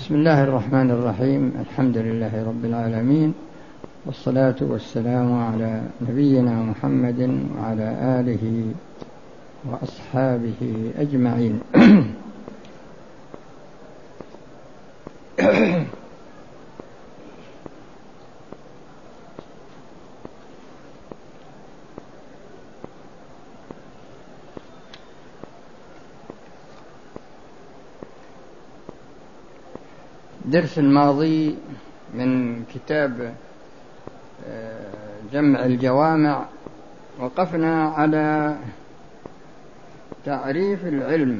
بسم الله الرحمن الرحيم. الحمد لله رب العالمين، والصلاة والسلام على نبينا محمد وعلى آله وأصحابه أجمعين. الدرس الماضي من كتاب جمع الجوامع وقفنا على تعريف العلم،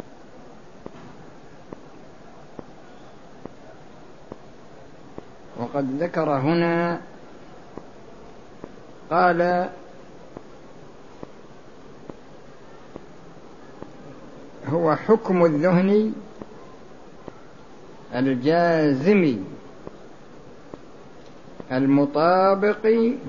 وقد ذكر هنا قال: هو حكم الذهن الجازم المطابق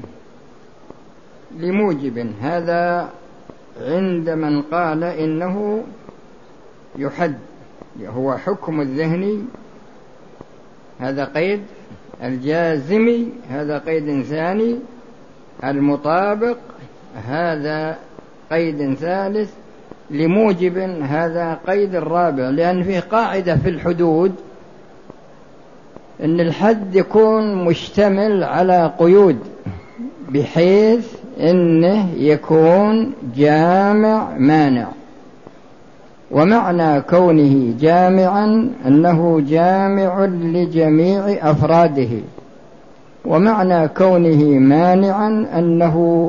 لموجب. هذا عند من قال إنه يحد. هو حكم الذهن، هذا قيد، الجازم هذا قيد ثاني، المطابق هذا قيد ثالث، لموجب هذا قيد الرابع. لأن فيه قاعدة في الحدود أن الحد يكون مشتمل على قيود، بحيث أنه يكون جامع مانع. ومعنى كونه جامعا أنه جامع لجميع أفراده، ومعنى كونه مانعا أنه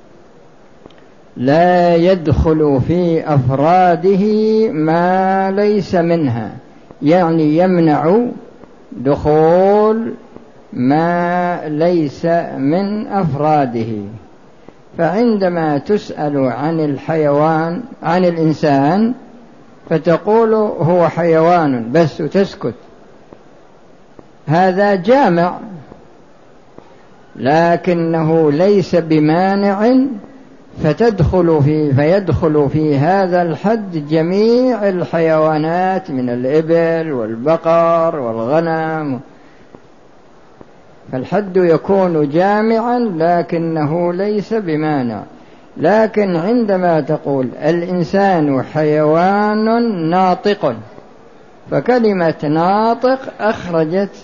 لا يدخل في أفراده ما ليس منها، يعني يمنع دخول ما ليس من أفراده. فعندما تسأل عن الحيوان، عن الإنسان، فتقول هو حيوان بس وتسكت، هذا جامع، لكنه ليس بمانع، فيدخل في هذا الحد جميع الحيوانات من الإبل والبقر والغنم. فالحد يكون جامعا لكنه ليس بمانع. لكن عندما تقول الإنسان حيوان ناطق، فكلمة ناطق أخرجت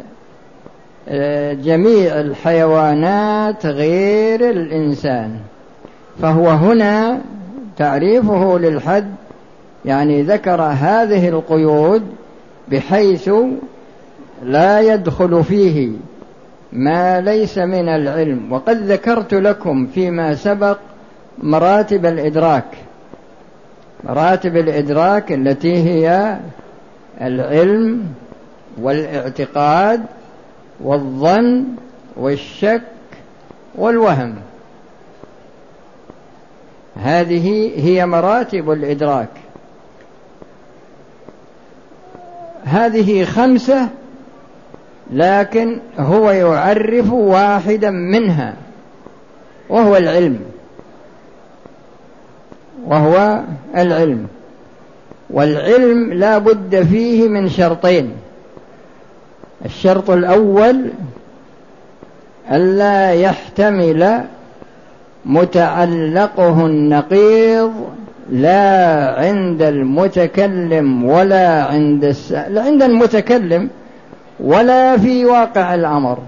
جميع الحيوانات غير الإنسان. فهو هنا تعريفه للحد، يعني ذكر هذه القيود بحيث لا يدخل فيه ما ليس من العلم. وقد ذكرت لكم فيما سبق مراتب الإدراك، مراتب الإدراك التي هي العلم والاعتقاد والظن والشك والوهم. هذه هي مراتب الإدراك. هذه 5، لكن هو يعرف واحدا منها وهو العلم، وهو العلم. والعلم لا بد فيه من شرطين: الشرط الأول ألا يحتمل متعلقه النقيض، لا عند المتكلم ولا عند المتكلم، ولا في واقع الأمر،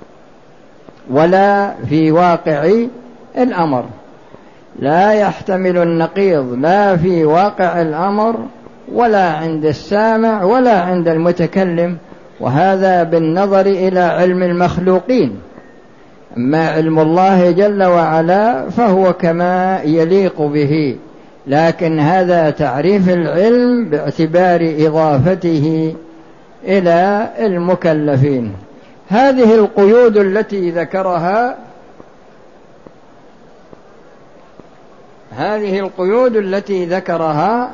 ولا في واقع الأمر. لا يحتمل النقيض لا في واقع الأمر ولا عند السامع ولا عند المتكلم. وهذا بالنظر إلى علم المخلوقين. أما علم الله جل وعلا فهو كما يليق به، لكن هذا تعريف العلم باعتبار إضافته إلى المكلفين. هذه القيود التي ذكرها،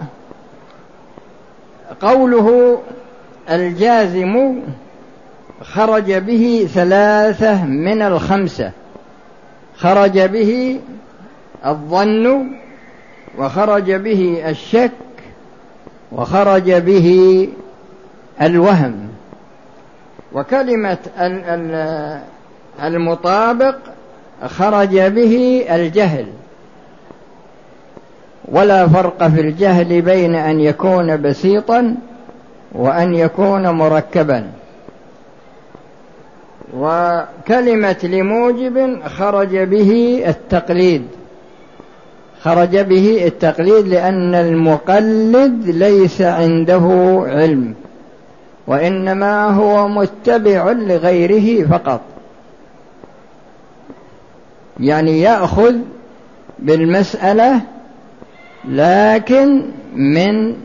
قوله الجازم خرج به 3 من 5، خرج به الظن، وخرج به الشك، وخرج به الوهم. وكلمة المطابق خرج به الجهل، ولا فرق في الجهل بين أن يكون بسيطا وأن يكون مركبا. وكلمة لموجب خرج به التقليد، لأن المقلد ليس عنده علم، وإنما هو متبع لغيره فقط، يعني يأخذ بالمسألة لكن من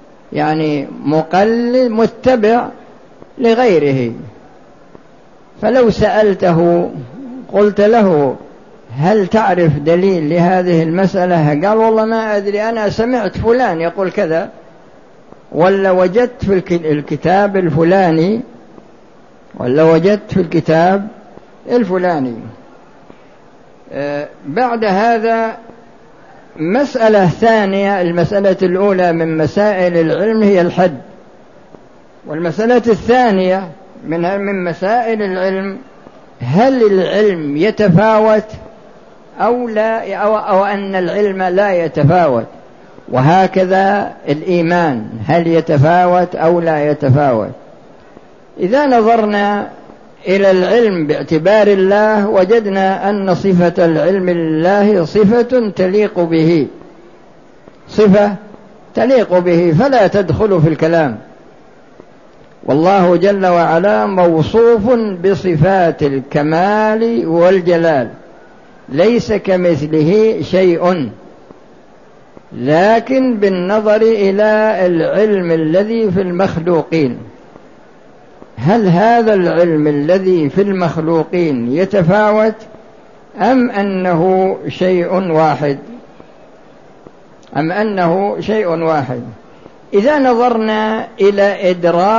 مقلد متبع لغيره. فلو سألته قلت له هل تعرف دليل لهذه المسألة؟ قال والله ما أدري، أنا سمعت فلان يقول كذا، ولا وجدت في الكتاب الفلاني، ولا وجدت في الكتاب الفلاني. بعد هذا مسألة ثانية. المسألة الأولى من مسائل العلم هي الحد، والمسألة الثانية من مسائل العلم هل العلم يتفاوت أو لا، أو أن العلم لا يتفاوت. وهكذا الإيمان هل يتفاوت أو لا يتفاوت. إذا نظرنا إلى العلم باعتبار الله وجدنا أن صفة العلم لله صفة تليق به فلا تدخل في الكلام. والله جل وعلا موصوف بصفات الكمال والجلال، ليس كمثله شيء. لكن بالنظر إلى العلم الذي في المخلوقين، هل هذا العلم الذي في المخلوقين يتفاوت أم أنه شيء واحد؟ إذا نظرنا إلى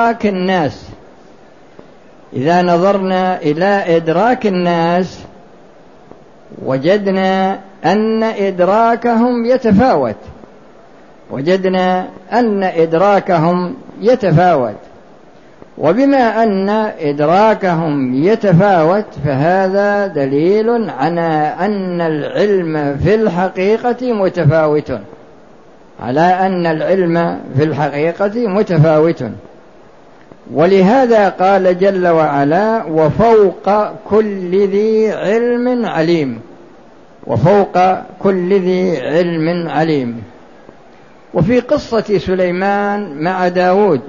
إدراك الناس وجدنا أن إدراكهم يتفاوت. وبما أن إدراكهم يتفاوت فهذا دليل على أن العلم في الحقيقة متفاوت. ولهذا قال جل وعلا وفوق كل ذي علم عليم. وفي قصة سليمان مع داود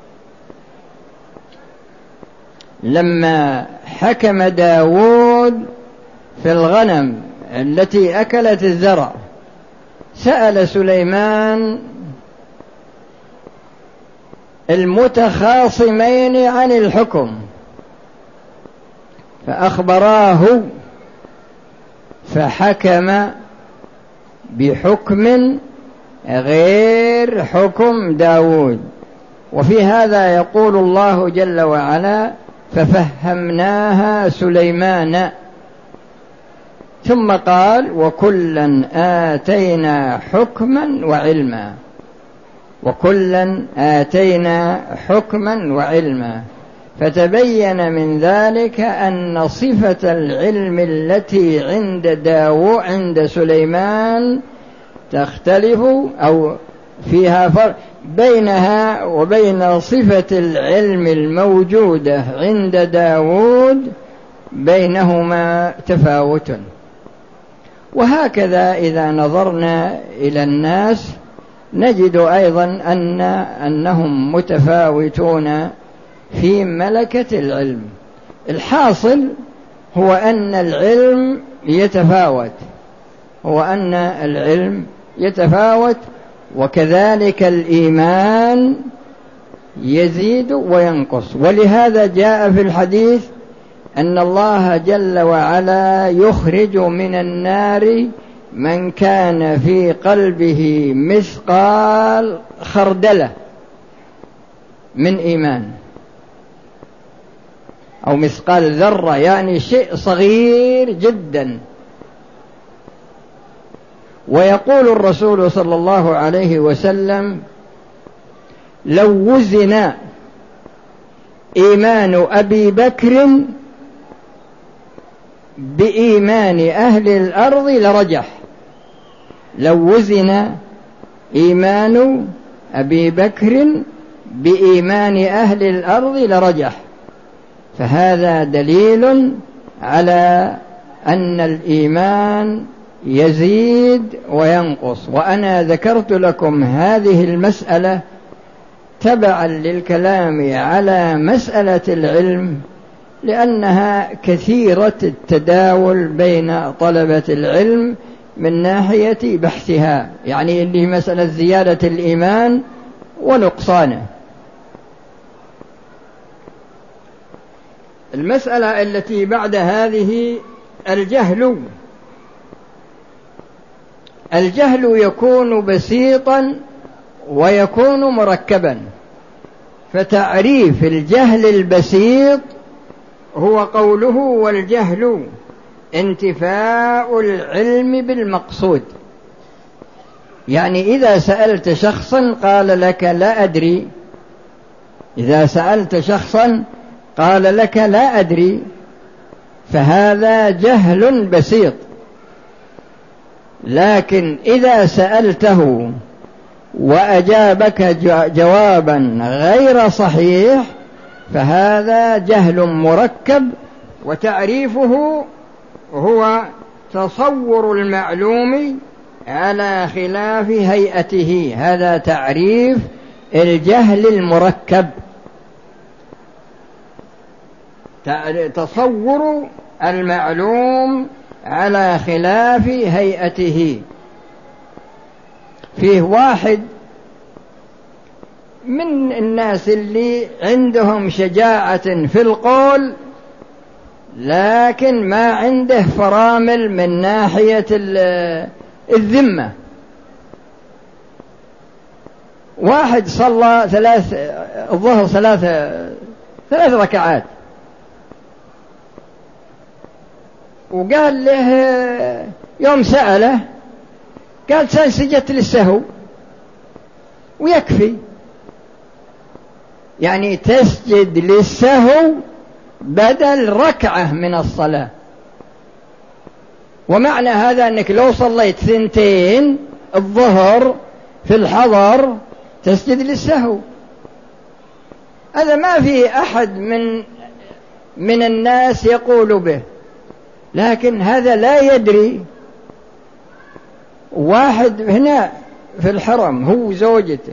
لما حكم داود في الغنم التي أكلت الزرع، سأل سليمان المتخاصمين عن الحكم فأخبراه، فحكم بحكم غير حكم داود. وفي هذا يقول الله جل وعلا ففهمناها سليمان، ثم قال وكلا آتينا حكما وعلما. فتبين من ذلك أن صفة العلم التي عند سليمان تختلف أو فيها فرق بينها وبين صفة العلم الموجودة عند داود، بينهما تفاوت. وهكذا إذا نظرنا إلى الناس نجد أيضا أنهم متفاوتون في ملكة العلم. الحاصل هو أن العلم يتفاوت، وكذلك الإيمان يزيد وينقص. ولهذا جاء في الحديث أن الله جل وعلا يخرج من النار من كان في قلبه مثقال خردلة من إيمان، أو مثقال ذرة، يعني شيء صغير جدا. ويقول الرسول صلى الله عليه وسلم لو وزن إيمان أبي بكر بإيمان أهل الأرض لرجح. لو وزن إيمان أبي بكر بإيمان أهل الأرض لرجح. فهذا دليل على أن الإيمان يزيد وينقص. وأنا ذكرت لكم هذه المسألة تبعا للكلام على مسألة العلم، لأنها كثيرة التداول بين طلبة العلم من ناحية بحثها، يعني اللي مسألة زيادة الإيمان ونقصانه. المسألة التي بعد هذه الجهل يكون بسيطا ويكون مركبا. فتعريف الجهل البسيط هو قوله: والجهل انتفاء العلم بالمقصود. يعني إذا سألت شخصا قال لك لا أدري، إذا سألت شخصا قال لك لا أدري، فهذا جهل بسيط. لكن إذا سألته وأجابك جوابا غير صحيح فهذا جهل مركب. وتعريفه هو تصور المعلوم على خلاف هيئته. هذا تعريف الجهل المركب، تصور المعلوم على خلاف هيئته. فيه واحد من الناس اللي عندهم شجاعة في القول لكن ما عنده فرامل من ناحية الذمة. واحد صلى الظهر ثلاث ركعات، وقال له يوم سأله قال سجدت للسهو ويكفي. يعني تسجد للسهو بدل ركعة من الصلاة. ومعنى هذا أنك لو صليت 2 الظهر في الحضر تسجد للسهو. هذا ما في أحد من الناس يقول به، لكن هذا لا يدري. واحد هنا في الحرم هو زوجته،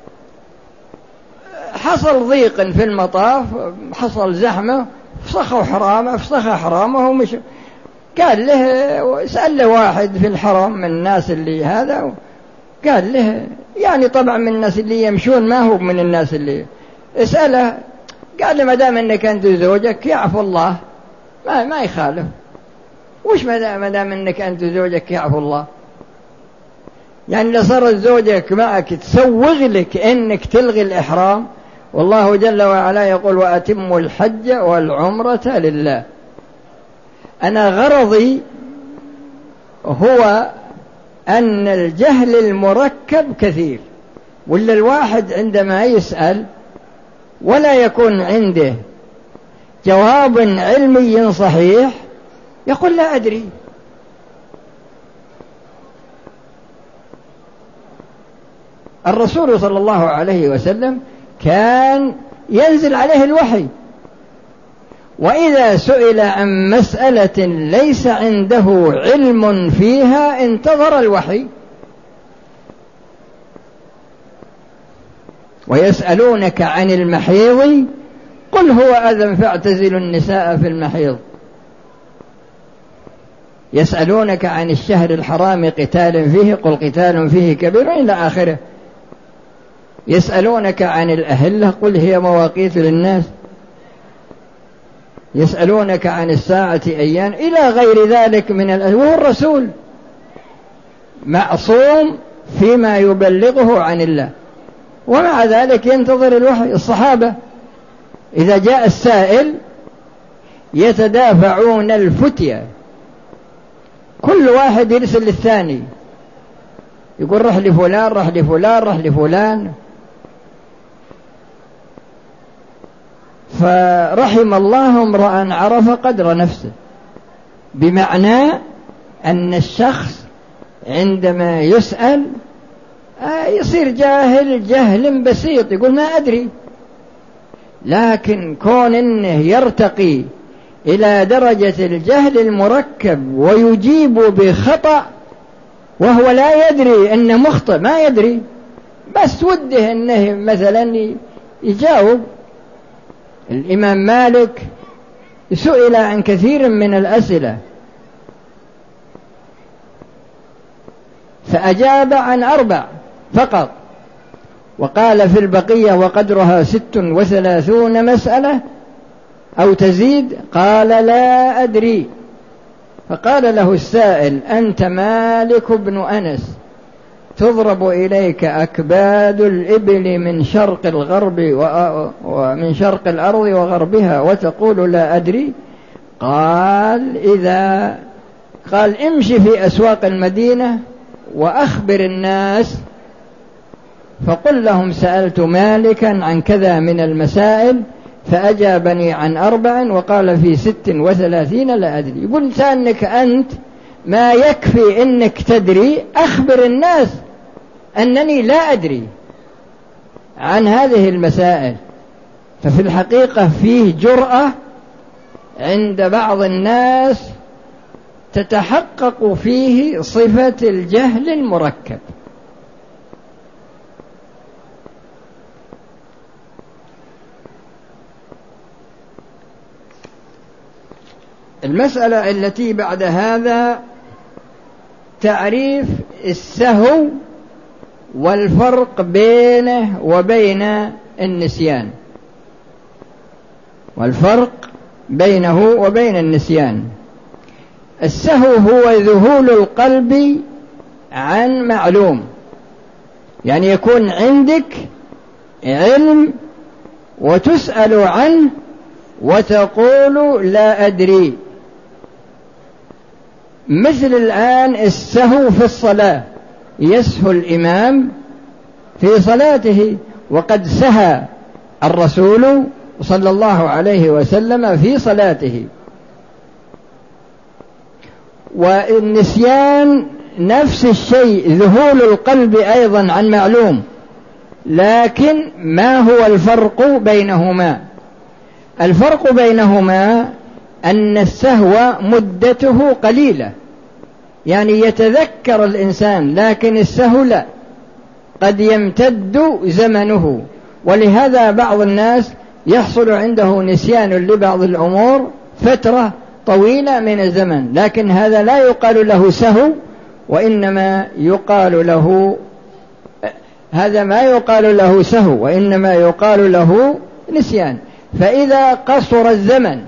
حصل ضيق في المطاف، حصل زحمة، فسخوا حرامه ومش. قال له سأل له واحد في الحرم من الناس اللي هذا، قال له يعني طبعا من الناس اللي يمشون، ما هو من الناس اللي اسأله. قال له ما دام انك انت زوجك يعفو الله، ما يخالف. وش ما دام انك انت زوجك يعفو الله؟ يعني لو صارت زوجك معك تسوغ لك انك تلغي الإحرام، والله جل وعلا يقول: وأتموا الحج والعمرة لله. أنا غرضي هو أن الجهل المركب كثير، ولا الواحد عندما يسأل ولا يكون عنده جواب علمي صحيح يقول لا أدري. الرسول صلى الله عليه وسلم كان ينزل عليه الوحي، وإذا سئل عن مسألة ليس عنده علم فيها انتظر الوحي. ويسألونك عن المحيض قل هو أذى فاعتزلوا النساء في المحيض. يسألونك عن الشهر الحرام قتال فيه قل قتال فيه كبير إلى آخره. يسألونك عن الأهلة قل هي مواقيت للناس. يسألونك عن الساعة أيان إلى غير ذلك من وهو الرسول معصوم فيما يبلغه عن الله، ومع ذلك ينتظر الوحي. الصحابة إذا جاء السائل يتدافعون الفتية، كل واحد يرسل للثاني يقول رح لفلان رح لفلان رح لفلان. فرحم الله امرأ عرف قدر نفسه، بمعنى أن الشخص عندما يسأل يصير جاهل جهل بسيط، يقول ما أدري، لكن كون أنه يرتقي إلى درجة الجهل المركب ويجيب بخطأ وهو لا يدري أنه مخطئ، ما يدري، بس وده أنه مثلا يجاوب. الإمام مالك سئل عن كثير من الأسئلة فأجاب عن 4 فقط، وقال في البقية وقدرها 36 مسألة أو تزيد، قال لا أدري. فقال له السائل أنت مالك بن أنس تضرب إليك أكباد الإبل من شرق الغرب ومن شرق الأرض وغربها وتقول لا أدري؟ قال امشي في أسواق المدينة وأخبر الناس فقل لهم سألت مالكا عن كذا من المسائل فأجابني عن 4 وقال في 36 لا أدري. يقول لسانك أنت ما يكفي إنك تدري، أخبر الناس أنني لا أدري عن هذه المسائل. ففي الحقيقة فيه جرأة عند بعض الناس تتحقق فيه صفة الجهل المركب. المسألة التي بعد هذا تعريف السهو والفرق بينه وبين النسيان، والفرق بينه وبين النسيان. السهو هو ذهول القلب عن معلوم، يعني يكون عندك علم وتسأل عنه وتقول لا أدري. مثل الآن السهو في الصلاة، يسهو الإمام في صلاته، وقد سهى الرسول صلى الله عليه وسلم في صلاته. والنسيان نفس الشيء، ذهول القلب أيضا عن معلوم، لكن ما هو الفرق بينهما؟ الفرق بينهما أن السهو مدته قليلة، يعني يتذكر الإنسان، لكن السهو لا، قد يمتد زمنه. ولهذا بعض الناس يحصل عنده نسيان لبعض الأمور فترة طويلة من الزمن، لكن هذا لا يقال له سهو، وإنما يقال له هذا ما يقال له سهو، وإنما يقال له نسيان. فإذا قصر الزمن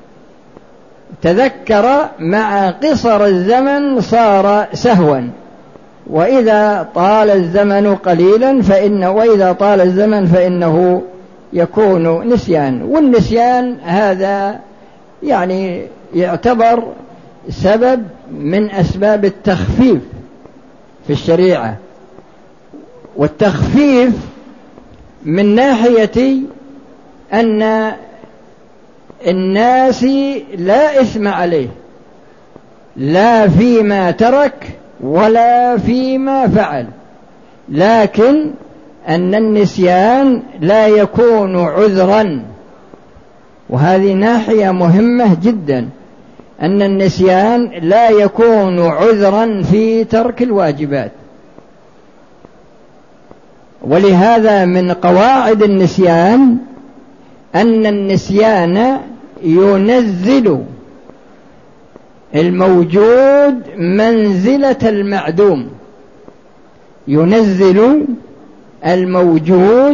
تذكر، مع قصر الزمن صار سهوا، وإذا طال الزمن قليلا وإذا طال الزمن فإنه يكون نسيان. والنسيان هذا يعني يعتبر سبب من أسباب التخفيف في الشريعة، والتخفيف من ناحية أن الناس لا إثم عليه، لا فيما ترك ولا فيما فعل، لكن أن النسيان لا يكون عذرا. وهذه ناحية مهمة جدا، أن النسيان لا يكون عذرا في ترك الواجبات. ولهذا من قواعد النسيان أن النسيان ينزل الموجود منزلة المعدوم، ينزل الموجود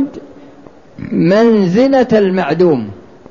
منزلة المعدوم،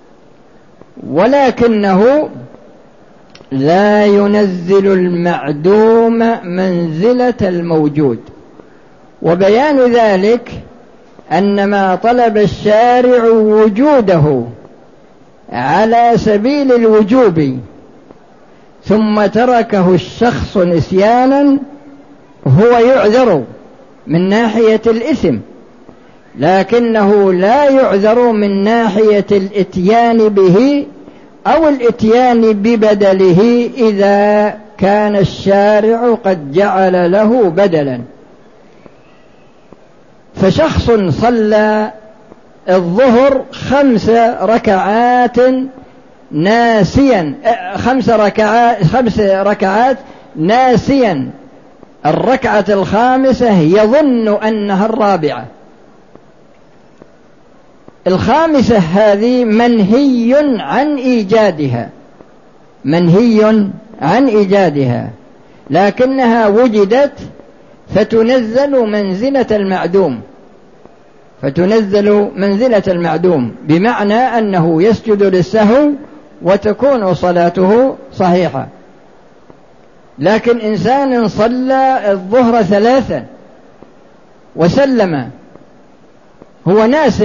ولكنه لا ينزل المعدوم منزلة الموجود. وبيان ذلك أن ما طلب الشارع وجوده على سبيل الوجوب ثم تركه الشخص نسيانا هو يعذر من ناحية الإثم، لكنه لا يعذر من ناحية الإتيان به أو الإتيان ببدله إذا كان الشارع قد جعل له بدلا. فشخص صلى الظهر 5 ركعات ناسيا، 5 ركعات ناسيا، الركعة الخامسة يظن أنها الرابعة. الخامسة هذه منهي عن إيجادها، لكنها وجدت فتنزل منزلة المعدوم، بمعنى أنه يسجد للسهو وتكون صلاته صحيحة. لكن إنسان صلى الظهر 3 وسلم، هو ناس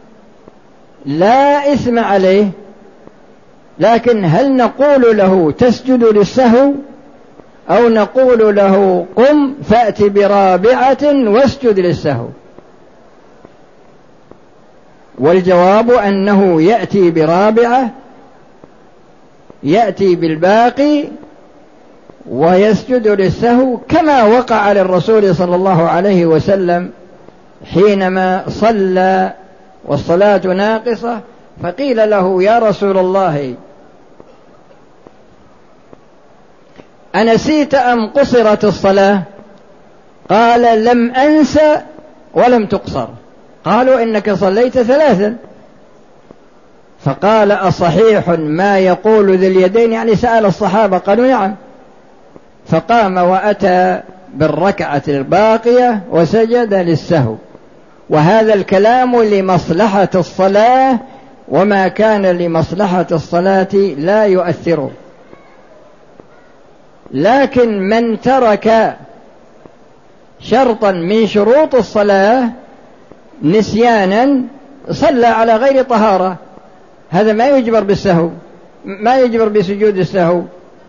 لا إثم عليه، لكن هل نقول له تسجد للسهو أو نقول له قم فأت برابعة واسجد للسهو؟ والجواب أنه يأتي برابعة، يأتي بالباقي ويسجد للسهو، كما وقع للرسول صلى الله عليه وسلم حينما صلى والصلاة ناقصة، فقيل له يا رسول الله أنسيت أم قصرت الصلاة؟ قال لم أنس ولم تقصر. قالوا إنك صليت 3. فقال أصحيح ما يقول ذي اليدين؟ يعني سأل الصحابة، قالوا نعم. فقام وأتى بالركعة الباقية وسجد للسهو. وهذا الكلام لمصلحة الصلاة، وما كان لمصلحة الصلاة لا يؤثر. لكن من ترك شرطا من شروط الصلاة نسيانا صلى على غير طهارة، هذا ما يجبر بالسهو، ما يجبر بسجود السهو.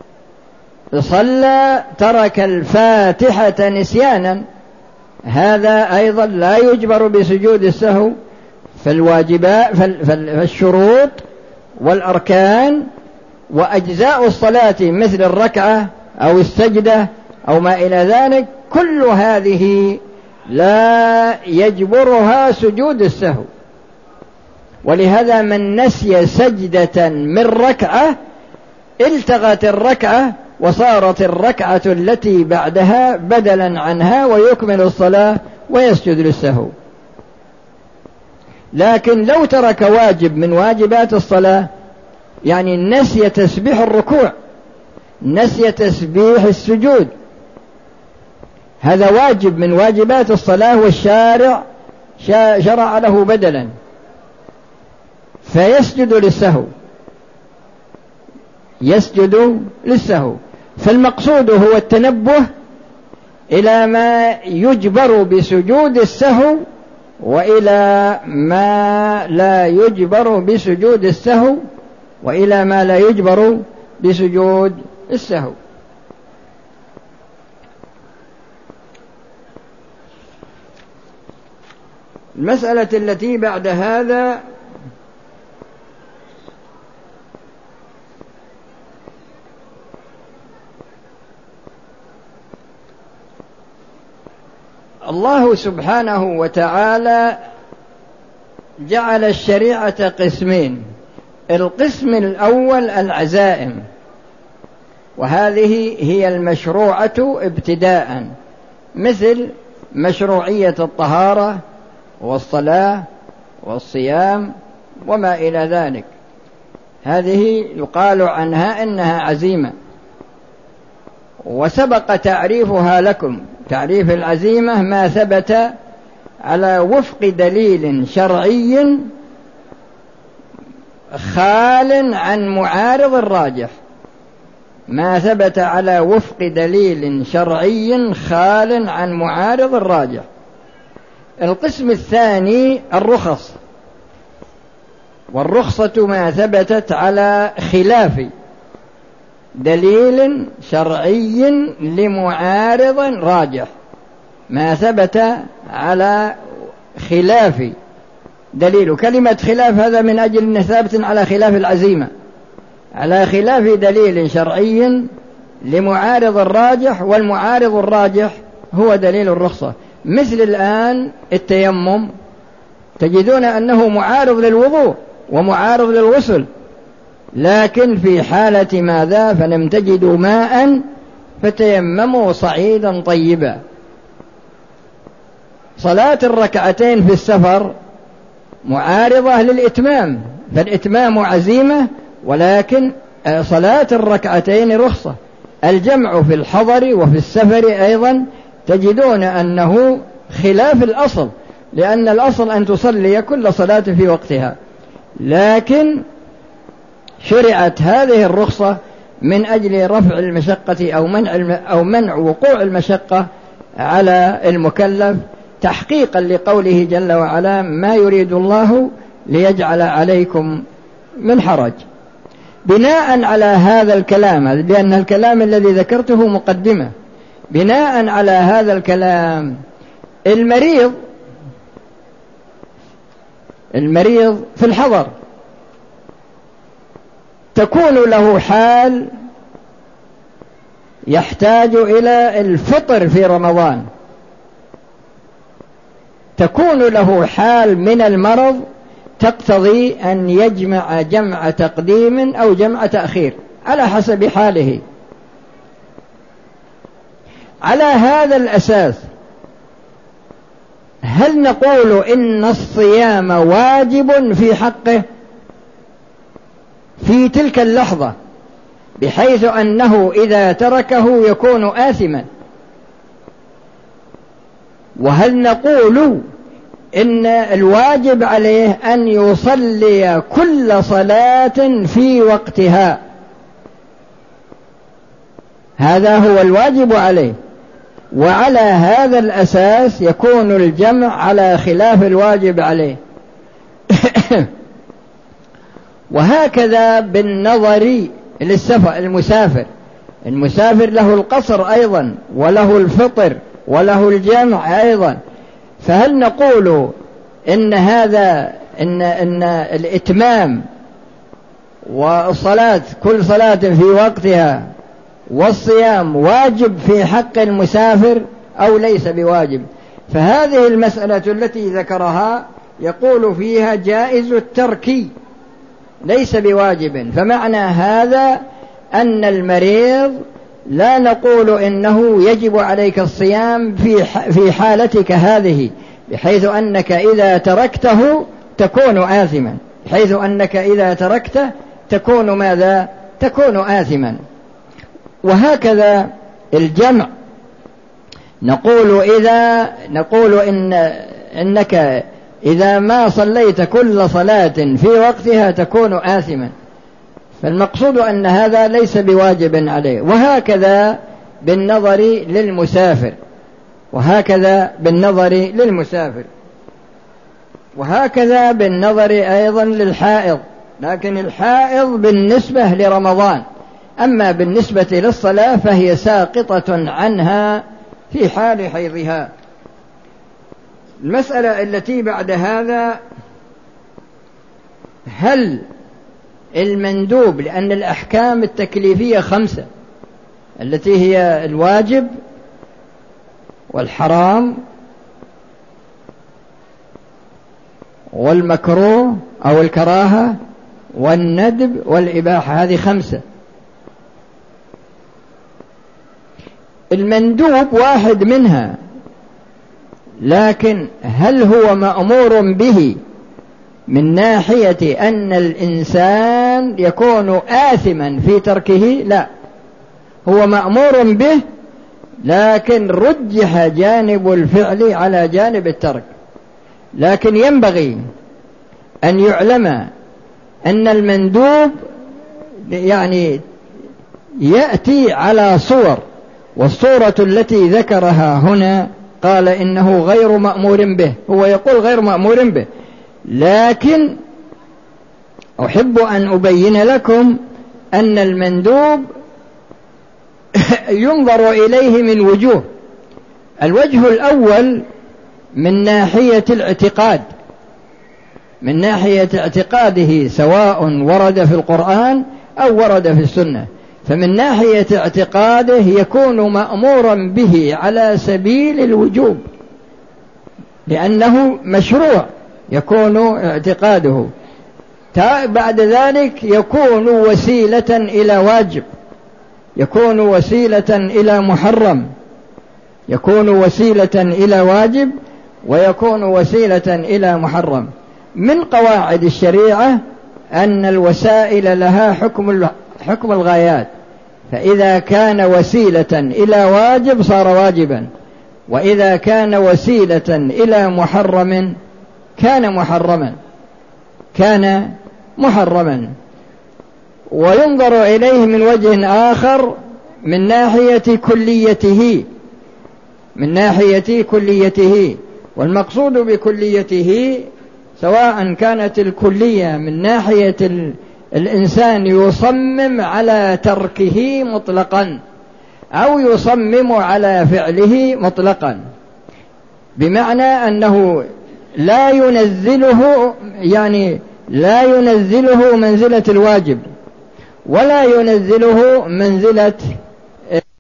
صلى ترك الفاتحة نسيانا، هذا أيضا لا يجبر بسجود السهو. فالواجبات فالشروط والأركان وأجزاء الصلاة مثل الركعة أو السجدة أو ما إلى ذلك، كل هذه لا يجبرها سجود السهو. ولهذا من نسي سجدة من ركعة التغت الركعة وصارت الركعة التي بعدها بدلا عنها، ويكمل الصلاة ويسجد للسهو. لكن لو ترك واجب من واجبات الصلاة، يعني نسي تسبيح الركوع، نسي تسبيح السجود، هذا واجب من واجبات الصلاة والشارع شرع له بدلا، فيسجد للسهو، يسجد للسهو. فالمقصود هو التنبه إلى ما يجبر بسجود السهو وإلى ما لا يجبر بسجود السهو، وإلى ما لا يجبر بسجود السهو. المسألة التي بعد هذا الله سبحانه وتعالى جعل الشريعة قسمين. القسم الأول العزائم، وهذه هي المشروعة ابتداء، مثل مشروعية الطهارة والصلاة والصيام وما إلى ذلك، هذه يقال عنها إنها عزيمة، وسبق تعريفها لكم. تعريف العزيمة ما ثبت على وفق دليل شرعي خال عن معارض الراجح، ما ثبت على وفق دليل شرعي خال عن معارض الراجح. القسم الثاني الرخص، والرخصة ما ثبتت على خلاف دليل شرعي لمعارض راجح، ما ثبت على خلاف دليل. كلمة خلاف هذا من أجل أنه ثابت على خلاف العزيمة، على خلاف دليل شرعي لمعارض الراجح، والمعارض الراجح هو دليل الرخصة. مثل الآن التيمم تجدون أنه معارض للوضوء ومعارض للغسل، لكن في حالة ماذا؟ فلم تجدوا ماء فتيمموا صعيدا طيبا. صلاة الركعتين في السفر معارضة للإتمام، فالإتمام عزيمة، ولكن صلاة الركعتين رخصة. الجمع في الحضر وفي السفر أيضا تجدون أنه خلاف الأصل، لأن الأصل أن تصلي كل صلاة في وقتها، لكن شرعت هذه الرخصة من أجل رفع المشقة أو منع وقوع المشقة على المكلف، تحقيقا لقوله جل وعلا: ما يريد الله ليجعل عليكم من حرج. بناء على هذا الكلام، لأن الكلام الذي ذكرته مقدمة، بناء على هذا الكلام المريض في الحضر تكون له حال يحتاج إلى الفطر في رمضان، تكون له حال من المرض تقتضي أن يجمع جمع تقديم أو جمع تأخير على حسب حاله. على هذا الأساس هل نقول إن الصيام واجب في حقه في تلك اللحظة بحيث أنه إذا تركه يكون آثما؟ وهل نقول إن الواجب عليه أن يصلي كل صلاة في وقتها؟ هذا هو الواجب عليه، وعلى هذا الأساس يكون الجمع على خلاف الواجب عليه. وهكذا بالنظر للسفر، المسافر له القصر أيضا، وله الفطر، وله الجمع أيضا. فهل نقول إن هذا إن الإتمام والصلاة كل صلاة في وقتها والصيام واجب في حق المسافر أو ليس بواجب؟ فهذه المسألة التي ذكرها يقول فيها جائز الترك ليس بواجب. فمعنى هذا أن المريض لا نقول إنه يجب عليك الصيام في حالتك هذه، بحيث أنك إذا تركته تكون آثما، بحيث أنك إذا تركته تكون ماذا؟ تكون آثما. وهكذا الجمع نقول إنك إذا ما صليت كل صلاة في وقتها تكون آثما، فالمقصود أن هذا ليس بواجب عليه. وهكذا بالنظر للمسافر، وهكذا بالنظر أيضا للحائض، لكن الحائض بالنسبة لرمضان، أما بالنسبة للصلاة فهي ساقطة عنها في حال حيضها. المسألة التي بعد هذا: هل المندوب، لأن الأحكام التكليفية 5 التي هي الواجب والحرام والمكروه أو الكراهة والندب والإباحة، هذه 5. المندوب واحد منها، لكن هل هو مأمور به من ناحية أن الإنسان يكون آثما في تركه؟ لا، هو مأمور به، لكن رجح جانب الفعل على جانب الترك. لكن ينبغي أن يعلم أن المندوب يعني يأتي على صور، والصورة التي ذكرها هنا قال إنه غير مأمور به، هو يقول غير مأمور به، لكن أحب أن أبين لكم أن المندوب ينظر إليه من وجوه. الوجه الأول من ناحية الاعتقاد، من ناحية اعتقاده، سواء ورد في القرآن أو ورد في السنة، فمن ناحية اعتقاده يكون مأمورا به على سبيل الوجوب، لأنه مشروع يكون اعتقاده. بعد ذلك يكون وسيلة إلى واجب، يكون وسيلة إلى محرم، يكون وسيلة إلى واجب، ويكون وسيلة إلى محرم. من قواعد الشريعة أن الوسائل لها حكم الغايات، فإذا كان وسيلة إلى واجب صار واجبا، وإذا كان وسيلة إلى محرم كان محرما. وينظر إليه من وجه آخر من ناحية كليته، والمقصود بكليته سواء كانت الكلية من ناحية الإنسان يصمم على تركه مطلقا أو يصمم على فعله مطلقا، بمعنى أنه لا ينزله منزلة الواجب ولا ينزله منزلة